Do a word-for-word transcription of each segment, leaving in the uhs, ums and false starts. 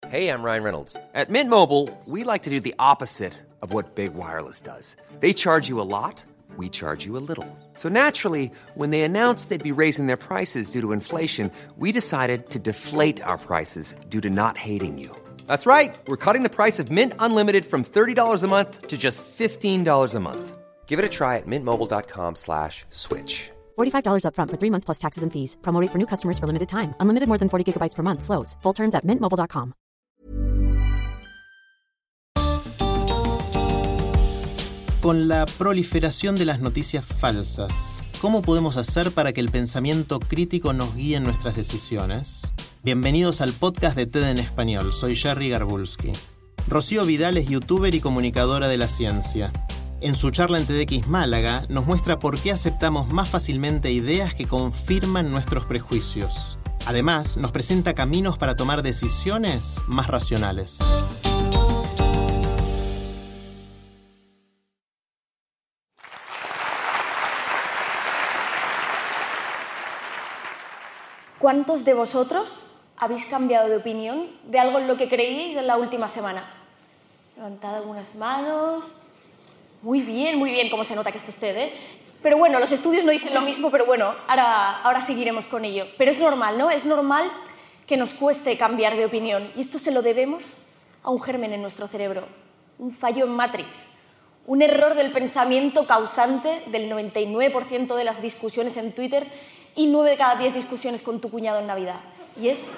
Hey, I'm Ryan Reynolds. At Mint Mobile, we like to do the opposite of what Big Wireless does. They charge you a lot, we charge you a little. So naturally, when they announced they'd be raising their prices due to inflation, we decided to deflate our prices due to not hating you. That's right. We're cutting the price of Mint Unlimited from thirty dollars a month to just fifteen dollars a month. Give it a try at mintmobile.com slash switch. forty-five dollars up front for three months plus taxes and fees. Promo rate for new customers for limited time. Unlimited more than forty gigabytes per month. Slows full terms at mint mobile dot com. Con la proliferación de las noticias falsas, ¿cómo podemos hacer para que el pensamiento crítico nos guíe en nuestras decisiones? Bienvenidos al podcast de TED en Español. Soy Jerry Garbulski. Rocío Vidal es youtuber y comunicadora de la ciencia. En su charla en TEDx Málaga nos muestra por qué aceptamos más fácilmente ideas que confirman nuestros prejuicios. Además, nos presenta caminos para tomar decisiones más racionales. ¿Cuántos de vosotros habéis cambiado de opinión de algo en lo que creíais en la última semana? Levantad algunas manos. Muy bien, muy bien, cómo se nota que esto es TED, ¿eh? Pero bueno, los estudios no dicen lo mismo, pero bueno, ahora, ahora seguiremos con ello. Pero es normal, ¿no? Es normal que nos cueste cambiar de opinión. Y esto se lo debemos a un germen en nuestro cerebro, un fallo en Matrix, un error del pensamiento causante del noventa y nueve por ciento de las discusiones en Twitter y nueve de cada diez discusiones con tu cuñado en Navidad. Y es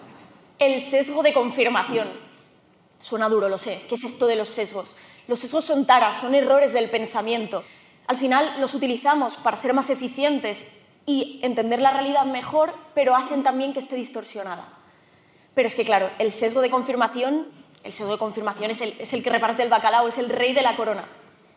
el sesgo de confirmación. Suena duro, lo sé. ¿Qué es esto de los sesgos? Los sesgos son taras, son errores del pensamiento. Al final los utilizamos para ser más eficientes y entender la realidad mejor, pero hacen también que esté distorsionada. Pero es que, claro, el sesgo de confirmación, el sesgo de confirmación es el, es el que reparte el bacalao, es el rey de la corona.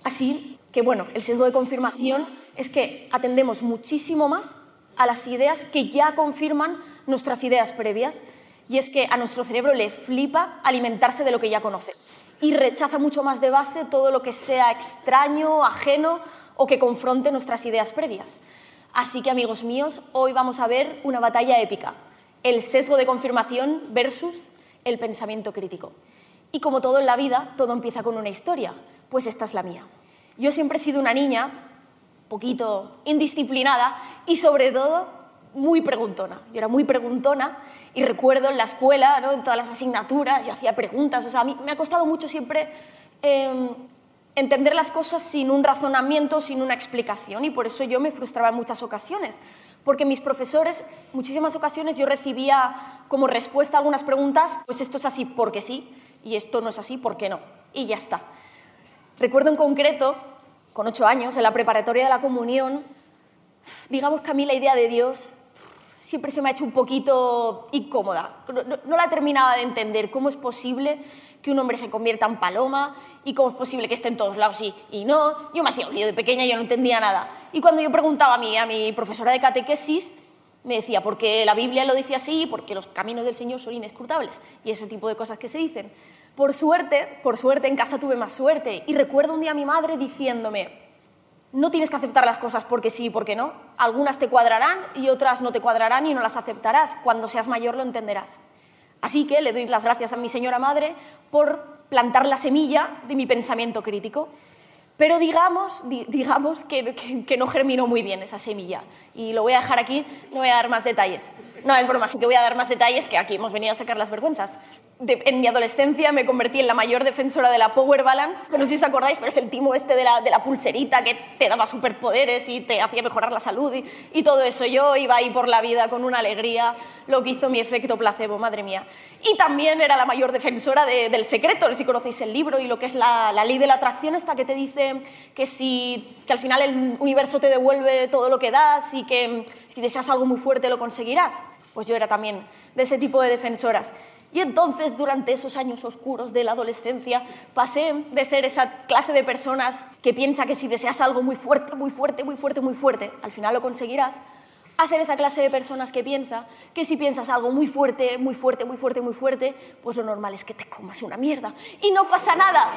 Así que, bueno, el sesgo de confirmación es que atendemos muchísimo más a las ideas que ya confirman nuestras ideas previas, y es que a nuestro cerebro le flipa alimentarse de lo que ya conoce y rechaza mucho más de base todo lo que sea extraño, ajeno o que confronte nuestras ideas previas. Así que, amigos míos, hoy vamos a ver una batalla épica, el sesgo de confirmación versus el pensamiento crítico. Y como todo en la vida, todo empieza con una historia, pues esta es la mía. Yo siempre he sido una niña poquito indisciplinada y, sobre todo, muy preguntona. Yo era muy preguntona y recuerdo en la escuela, ¿no?, en todas las asignaturas, yo hacía preguntas. O sea, a mí me ha costado mucho siempre eh, entender las cosas sin un razonamiento, sin una explicación, y por eso yo me frustraba en muchas ocasiones. Porque mis profesores, muchísimas ocasiones, yo recibía como respuesta a algunas preguntas, pues esto es así porque sí, y esto no es así porque no, y ya está. Recuerdo en concreto, con ocho años, en la preparatoria de la comunión, digamos que a mí la idea de Dios siempre se me ha hecho un poquito incómoda. No, no, no la terminaba de entender. ¿Cómo es posible que un hombre se convierta en paloma? ¿Y cómo es posible que esté en todos lados y, y no? Yo me hacía un lío de pequeña y yo no entendía nada. Y cuando yo preguntaba a mi, a mi profesora de catequesis, me decía, porque la Biblia lo dice así, porque los caminos del Señor son inescrutables, y ese tipo de cosas que se dicen. Por suerte, por suerte, en casa tuve más suerte. Y recuerdo un día a mi madre diciéndome, no tienes que aceptar las cosas porque sí y porque no. Algunas te cuadrarán y otras no te cuadrarán y no las aceptarás. Cuando seas mayor lo entenderás. Así que le doy las gracias a mi señora madre por plantar la semilla de mi pensamiento crítico. Pero digamos, di, digamos que, que, que no germinó muy bien esa semilla. Y lo voy a dejar aquí, no voy a dar más detalles. No, es broma, sí que voy a dar más detalles, que aquí hemos venido a sacar las vergüenzas. De, en mi adolescencia me convertí en la mayor defensora de la Power Balance. No sé si os acordáis, pero es el timo este de la, de la pulserita que te daba superpoderes y te hacía mejorar la salud y, y todo eso. Yo iba ahí por la vida con una alegría, lo que hizo mi efecto placebo, madre mía. Y también era la mayor defensora de, del Secreto, si conocéis el libro, y lo que es la, la ley de la atracción, esta que te dice que, si, que al final el universo te devuelve todo lo que das y que si deseas algo muy fuerte lo conseguirás. Pues yo era también de ese tipo de defensoras. Y entonces, durante esos años oscuros de la adolescencia, pasé de ser esa clase de personas que piensa que si deseas algo muy fuerte, muy fuerte, muy fuerte, muy fuerte, al final lo conseguirás, a ser esa clase de personas que piensa que si piensas algo muy fuerte, muy fuerte, muy fuerte, muy fuerte, pues lo normal es que te comas una mierda. Y no pasa nada.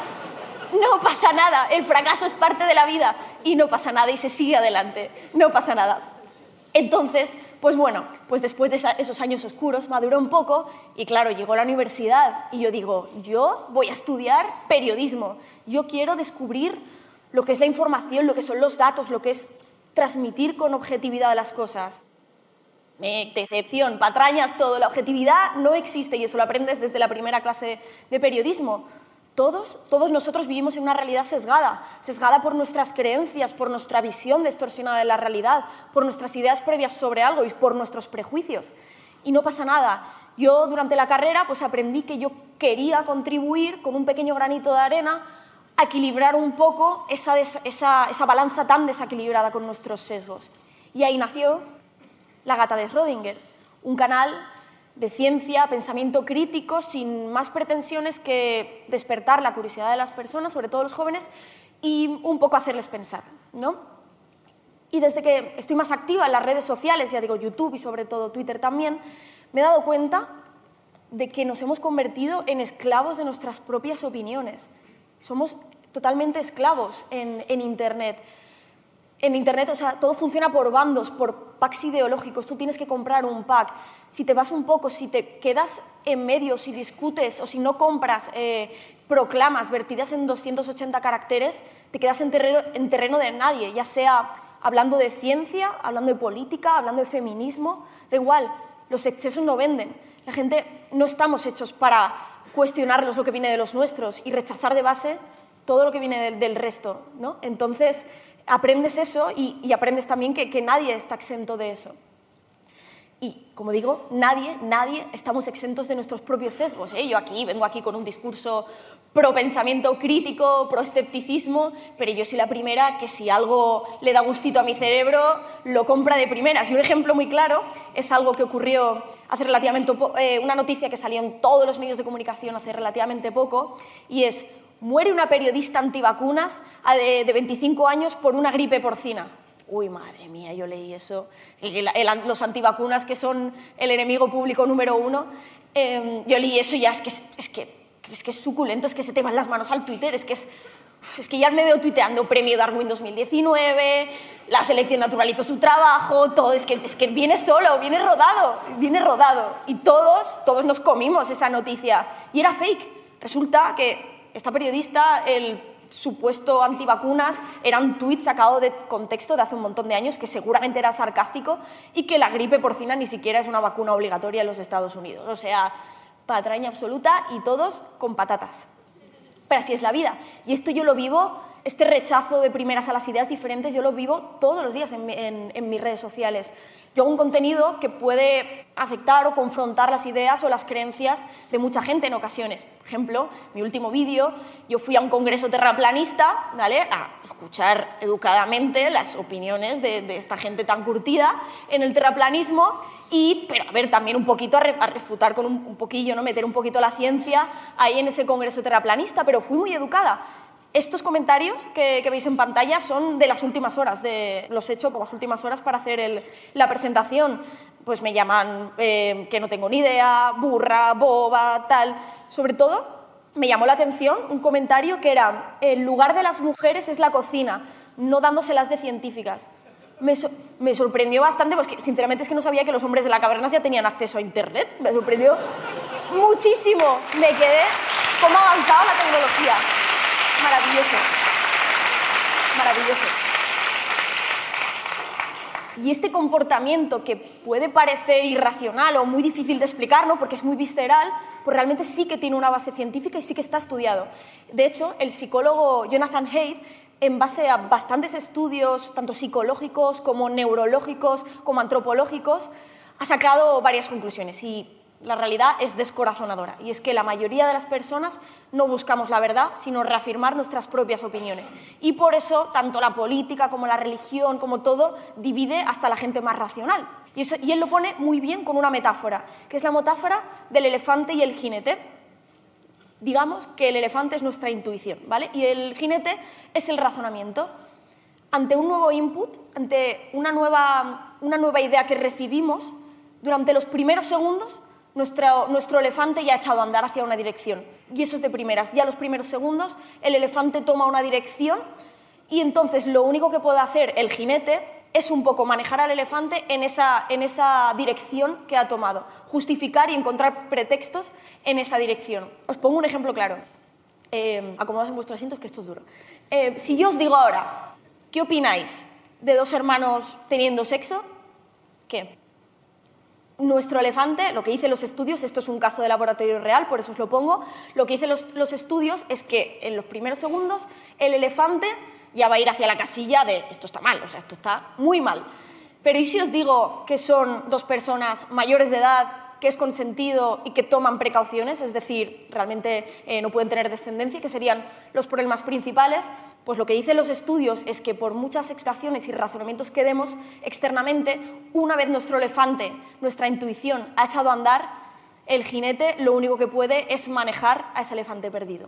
No pasa nada. El fracaso es parte de la vida y no pasa nada y se sigue adelante. No pasa nada. Entonces, Pues bueno, pues después de esa, esos años oscuros maduré un poco y claro, llegó la universidad y yo digo, yo voy a estudiar periodismo, yo quiero descubrir lo que es la información, lo que son los datos, lo que es transmitir con objetividad las cosas. Eh, decepción, patrañas, todo, la objetividad no existe y eso lo aprendes desde la primera clase de periodismo. Todos, todos nosotros vivimos en una realidad sesgada, sesgada por nuestras creencias, por nuestra visión distorsionada de la realidad, por nuestras ideas previas sobre algo y por nuestros prejuicios. Y no pasa nada. Yo durante la carrera pues aprendí que yo quería contribuir con un pequeño granito de arena a equilibrar un poco esa, esa, esa balanza tan desequilibrada con nuestros sesgos. Y ahí nació La Gata de Schrödinger, un canal de ciencia, pensamiento crítico, sin más pretensiones que despertar la curiosidad de las personas, sobre todo los jóvenes, y un poco hacerles pensar, ¿no? Y desde que estoy más activa en las redes sociales, ya digo YouTube y sobre todo Twitter también, me he dado cuenta de que nos hemos convertido en esclavos de nuestras propias opiniones. Somos totalmente esclavos en, en Internet. En Internet, o sea, todo funciona por bandos, por packs ideológicos. Tú tienes que comprar un pack. Si te vas un poco, si te quedas en medio, si discutes o si no compras eh, proclamas vertidas en doscientos ochenta caracteres, te quedas en terreno, en terreno de nadie, ya sea hablando de ciencia, hablando de política, hablando de feminismo. Da igual, los excesos no venden. La gente no estamos hechos para cuestionarlos lo que viene de los nuestros y rechazar de base todo lo que viene del, del resto, ¿no? Entonces, aprendes eso y, y aprendes también que, que nadie está exento de eso. Y, como digo, nadie, nadie estamos exentos de nuestros propios sesgos, ¿eh? Yo aquí vengo aquí con un discurso pro pensamiento crítico, pro escepticismo, pero yo soy la primera que si algo le da gustito a mi cerebro, lo compra de primeras. Y un ejemplo muy claro es algo que ocurrió hace relativamente poco, eh, una noticia que salió en todos los medios de comunicación hace relativamente poco, y es: muere una periodista antivacunas de, de veinticinco años por una gripe porcina. Uy, madre mía, yo leí eso. El, el, los antivacunas, que son el enemigo público número uno, eh, yo leí eso y ya es que es, es que es que es suculento, es que se te van las manos al Twitter, es que, es, es que ya me veo tuiteando Premio Darwin dos mil diecinueve, la selección naturalizó su trabajo, todo, es que, es que viene solo, viene rodado, viene rodado. Y todos, todos nos comimos esa noticia. Y era fake. Resulta que esta periodista, el supuesto antivacunas, era un tuit sacado de contexto de hace un montón de años, que seguramente era sarcástico, y que la gripe porcina ni siquiera es una vacuna obligatoria en los Estados Unidos. O sea, patraña absoluta y todos con patatas. Pero así es la vida. Y esto yo lo vivo, este rechazo de primeras a las ideas diferentes, yo lo vivo todos los días en, en, en mis redes sociales. Yo hago un contenido que puede afectar o confrontar las ideas o las creencias de mucha gente en ocasiones. Por ejemplo, mi último vídeo, yo fui a un congreso terraplanista, ¿vale?, a escuchar educadamente las opiniones de, de esta gente tan curtida en el terraplanismo, y, pero a ver, también un poquito a, re, a refutar con un, un poquillo, ¿no?, meter un poquito la ciencia ahí en ese congreso terraplanista, pero fui muy educada. Estos comentarios que, que veis en pantalla son de las últimas horas, de, los he hecho por las últimas horas para hacer el, la presentación. Pues me llaman eh, que no tengo ni idea, burra, boba, tal. Sobre todo, me llamó la atención un comentario que era: el lugar de las mujeres es la cocina, no dándoselas de científicas. Me, so, me sorprendió bastante, porque sinceramente es que no sabía que los hombres de la caverna ya tenían acceso a Internet. Me sorprendió muchísimo. Me quedé cómo ha avanzado la tecnología. Maravilloso, maravilloso. Y este comportamiento, que puede parecer irracional o muy difícil de explicar, ¿no?, porque es muy visceral, pues realmente sí que tiene una base científica y sí que está estudiado. De hecho, el psicólogo Jonathan Haidt, en base a bastantes estudios, tanto psicológicos como neurológicos, como antropológicos, ha sacado varias conclusiones, y la realidad es descorazonadora, y es que la mayoría de las personas no buscamos la verdad, sino reafirmar nuestras propias opiniones. Y por eso, tanto la política como la religión, como todo, divide hasta la gente más racional. Y, eso, y él lo pone muy bien con una metáfora, que es la metáfora del elefante y el jinete. Digamos que el elefante es nuestra intuición, ¿vale?, y el jinete es el razonamiento. Ante un nuevo input, ante una nueva, una nueva idea que recibimos, durante los primeros segundos, Nuestro, nuestro elefante ya ha echado a andar hacia una dirección, y eso es de primeras. Ya a los primeros segundos el elefante toma una dirección, y entonces lo único que puede hacer el jinete es un poco manejar al elefante en esa, en esa dirección que ha tomado, justificar y encontrar pretextos en esa dirección. Os pongo un ejemplo claro. Eh, acomodaos en vuestros asientos, que esto es duro. Eh, si yo os digo ahora, ¿qué opináis de dos hermanos teniendo sexo? ¿Qué? Nuestro elefante, lo que dicen los estudios, esto es un caso de laboratorio real, por eso os lo pongo, lo que dicen los, los estudios es que en los primeros segundos el elefante ya va a ir hacia la casilla de esto está mal, o sea, esto está muy mal. Pero ¿y si os digo que son dos personas mayores de edad, que es consentido y que toman precauciones, es decir, realmente eh, no pueden tener descendencia, que serían los problemas principales? Pues lo que dicen los estudios es que por muchas explicaciones y razonamientos que demos externamente, una vez nuestro elefante, nuestra intuición ha echado a andar, el jinete lo único que puede es manejar a ese elefante perdido.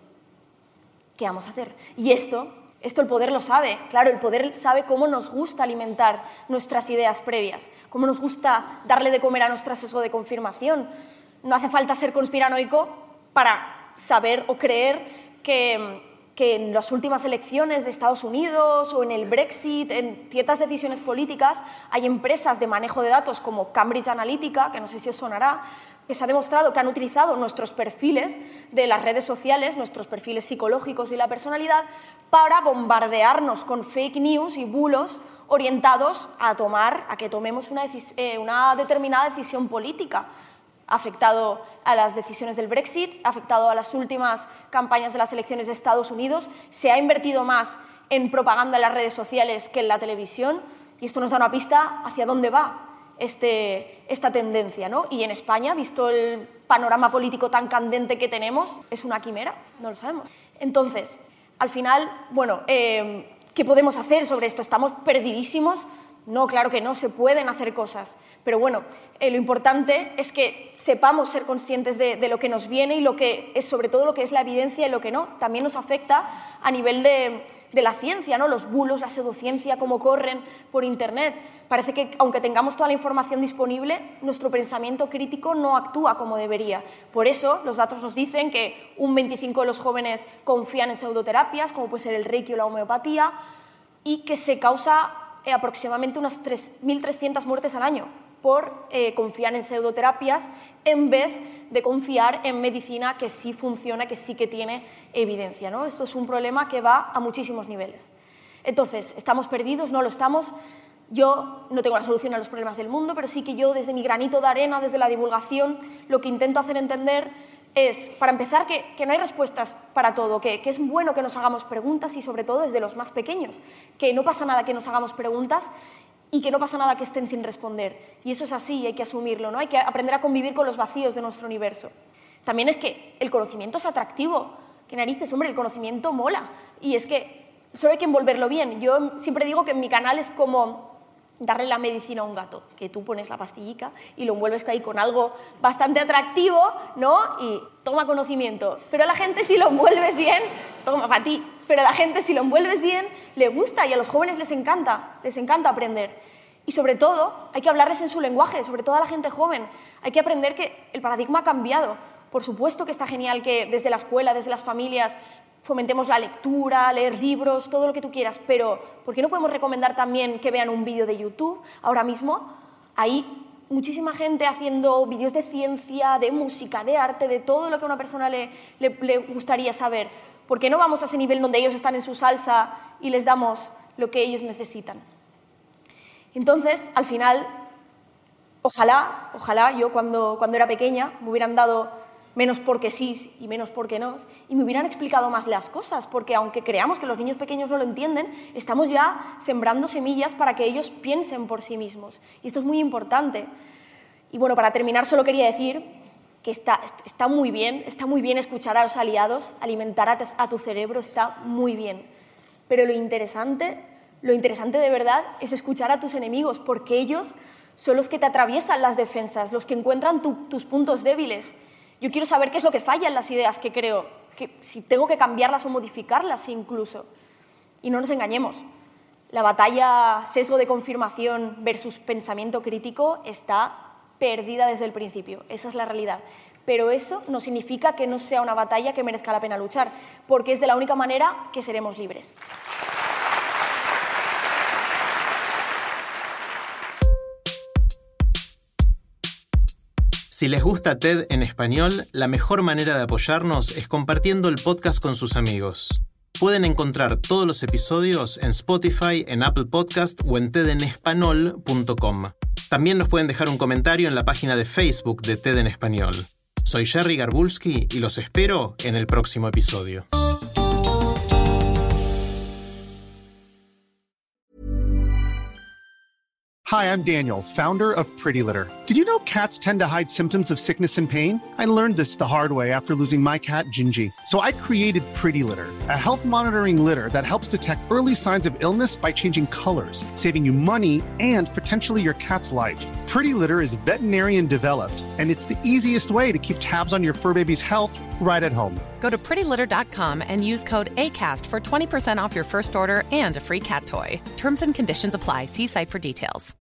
¿Qué vamos a hacer? Y esto, esto el poder lo sabe. Claro, el poder sabe cómo nos gusta alimentar nuestras ideas previas, cómo nos gusta darle de comer a nuestro sesgo de confirmación. No hace falta ser conspiranoico para saber o creer que... que en las últimas elecciones de Estados Unidos o en el Brexit, en ciertas decisiones políticas, hay empresas de manejo de datos como Cambridge Analytica, que no sé si os sonará, que se ha demostrado que han utilizado nuestros perfiles de las redes sociales, nuestros perfiles psicológicos y la personalidad, para bombardearnos con fake news y bulos orientados a tomar, a que tomemos una, eh, una determinada decisión política. Ha afectado a las decisiones del Brexit, ha afectado a las últimas campañas de las elecciones de Estados Unidos, se ha invertido más en propaganda en las redes sociales que en la televisión, y esto nos da una pista hacia dónde va este, esta tendencia, ¿no? Y en España, visto el panorama político tan candente que tenemos, ¿es una quimera? No lo sabemos. Entonces, al final, bueno, eh, ¿qué podemos hacer sobre esto? ¿Estamos perdidísimos? No, claro que no, se pueden hacer cosas, pero bueno, eh, lo importante es que sepamos ser conscientes de, de lo que nos viene y lo que es, sobre todo lo que es la evidencia y lo que no. También nos afecta a nivel de, de la ciencia, ¿no? Los bulos, la pseudociencia, cómo corren por Internet. Parece que aunque tengamos toda la información disponible, nuestro pensamiento crítico no actúa como debería. Por eso los datos nos dicen que un veinticinco por ciento de los jóvenes confían en pseudoterapias, como puede ser el reiki o la homeopatía, y que se causa Eh, aproximadamente unas tres mil trescientas muertes al año por eh, confiar en pseudoterapias en vez de confiar en medicina que sí funciona, que sí que tiene evidencia, ¿no? Esto es un problema que va a muchísimos niveles. Entonces, ¿estamos perdidos? No lo estamos. Yo no tengo la solución a los problemas del mundo, pero sí que yo, desde mi granito de arena, desde la divulgación, lo que intento hacer entender es, para empezar, que, que no hay respuestas para todo, que, que es bueno que nos hagamos preguntas y sobre todo desde los más pequeños, que no pasa nada que nos hagamos preguntas y que no pasa nada que estén sin responder. Y eso es así, hay que asumirlo, ¿no? Hay que aprender a convivir con los vacíos de nuestro universo. También es que el conocimiento es atractivo. ¿Qué narices? Hombre, el conocimiento mola. Y es que solo hay que envolverlo bien. Yo siempre digo que en mi canal es como darle la medicina a un gato, que tú pones la pastillica y lo envuelves ahí con algo bastante atractivo, ¿no? Y toma conocimiento. Pero a la gente, si lo envuelves bien, toma para ti, pero a la gente, si lo envuelves bien, le gusta, y a los jóvenes les encanta, les encanta aprender. Y sobre todo, hay que hablarles en su lenguaje, sobre todo a la gente joven. Hay que aprender que el paradigma ha cambiado. Por supuesto que está genial que desde la escuela, desde las familias, fomentemos la lectura, leer libros, todo lo que tú quieras, pero ¿por qué no podemos recomendar también que vean un vídeo de YouTube? Ahora mismo hay muchísima gente haciendo vídeos de ciencia, de música, de arte, de todo lo que a una persona le, le, le gustaría saber. ¿Por qué no vamos a ese nivel donde ellos están en su salsa y les damos lo que ellos necesitan? Entonces, al final, ojalá, ojalá yo cuando, cuando era pequeña me hubieran dado menos porque sí y menos porque no, y me hubieran explicado más las cosas, porque aunque creamos que los niños pequeños no lo entienden, estamos ya sembrando semillas para que ellos piensen por sí mismos, y esto es muy importante. Y bueno, para terminar solo quería decir que está, está muy bien, está muy bien escuchar a los aliados, alimentar a, te, a tu cerebro, está muy bien, pero lo interesante, lo interesante de verdad es escuchar a tus enemigos, porque ellos son los que te atraviesan las defensas, los que encuentran tu, tus puntos débiles. Yo quiero saber qué es lo que falla en las ideas que creo, que si tengo que cambiarlas o modificarlas incluso. Y no nos engañemos, la batalla sesgo de confirmación versus pensamiento crítico está perdida desde el principio, esa es la realidad. Pero eso no significa que no sea una batalla que merezca la pena luchar, porque es de la única manera que seremos libres. Si les gusta TED en español, la mejor manera de apoyarnos es compartiendo el podcast con sus amigos. Pueden encontrar todos los episodios en Spotify, en Apple Podcast o en ted en español punto com. También nos pueden dejar un comentario en la página de Facebook de TED en Español. Soy Jerry Garbulski y los espero en el próximo episodio. Hi, I'm Daniel, founder of Pretty Litter. Did you know cats tend to hide symptoms of sickness and pain? I learned this the hard way after losing my cat, Gingy. So I created Pretty Litter, a health monitoring litter that helps detect early signs of illness by changing colors, saving you money and potentially your cat's life. Pretty Litter is veterinarian developed, and it's the easiest way to keep tabs on your fur baby's health right at home. Go to pretty litter dot com and use code ACAST for twenty percent off your first order and a free cat toy. Terms and conditions apply. See site for details.